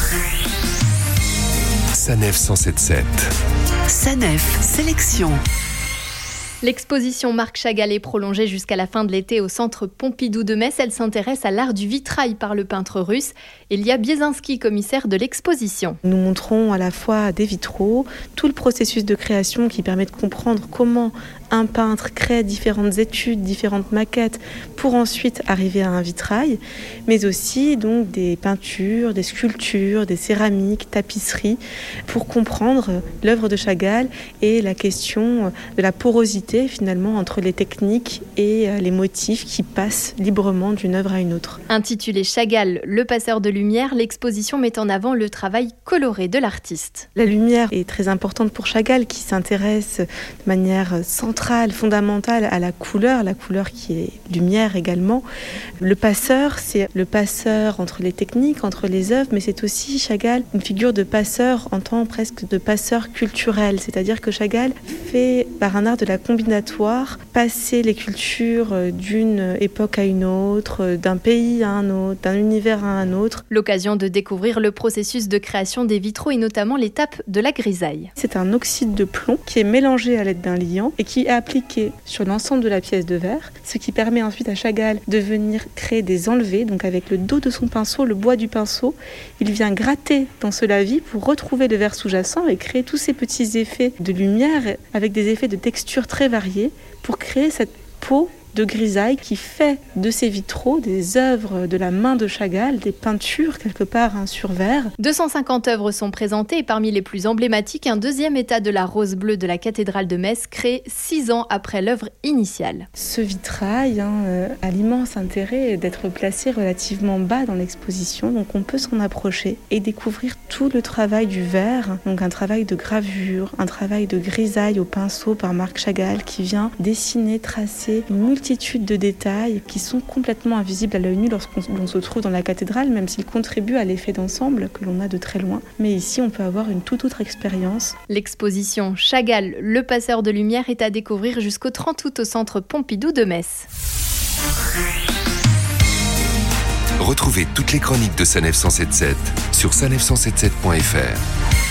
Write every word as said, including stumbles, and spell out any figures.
Sanef cent sept virgule sept. Sanef Sélection. L'exposition Marc Chagall est prolongée jusqu'à la fin de l'été au Centre Pompidou de Metz. Elle s'intéresse à l'art du vitrail par le peintre russe Elia Biesinski, commissaire de l'exposition. Nous montrons à la fois des vitraux, tout le processus de création qui permet de comprendre comment un peintre crée différentes études, différentes maquettes pour ensuite arriver à un vitrail, mais aussi donc des peintures, des sculptures, des céramiques, tapisseries, pour comprendre l'œuvre de Chagall et la question de la porosité finalement entre les techniques et les motifs qui passent librement d'une œuvre à une autre. Intitulée Chagall, le passeur de lumière, l'exposition met en avant le travail coloré de l'artiste. La lumière est très importante pour Chagall qui s'intéresse de manière centrale fondamentale à la couleur, la couleur qui est lumière également. Le passeur, c'est le passeur entre les techniques, entre les œuvres, mais c'est aussi Chagall une figure de passeur en tant presque de passeur culturel, c'est-à-dire que Chagall fait par un art de la combinatoire passer les cultures d'une époque à une autre, d'un pays à un autre, d'un univers à un autre. L'occasion de découvrir le processus de création des vitraux et notamment l'étape de la grisaille. C'est un oxyde de plomb qui est mélangé à l'aide d'un liant et qui est appliqué sur l'ensemble de la pièce de verre, ce qui permet ensuite à Chagall de venir créer des enlevés. Donc avec le dos de son pinceau, le bois du pinceau, il vient gratter dans ce lavis pour retrouver le verre sous-jacent et créer tous ces petits effets de lumière avec des effets de texture très variés pour créer cette peau de grisaille qui fait de ces vitraux des œuvres de la main de Chagall, des peintures quelque part hein, sur verre. deux cent cinquante œuvres sont présentées et parmi les plus emblématiques, un deuxième état de la rose bleue de la cathédrale de Metz créé six ans après l'œuvre initiale. Ce vitrail hein, euh, a l'immense intérêt d'être placé relativement bas dans l'exposition, donc on peut s'en approcher et découvrir tout le travail du verre, donc un travail de gravure, un travail de grisaille au pinceau par Marc Chagall qui vient dessiner, tracer une multitude de détails qui sont complètement invisibles à l'œil nu lorsqu'on se trouve dans la cathédrale, même s'ils contribuent à l'effet d'ensemble que l'on a de très loin. Mais ici, on peut avoir une toute autre expérience. L'exposition Chagall, le passeur de lumière est à découvrir jusqu'au trente août au Centre Pompidou de Metz. Retrouvez toutes les chroniques de Sanef cent sept virgule sept sur sanef cent soixante-dix-sept point f r.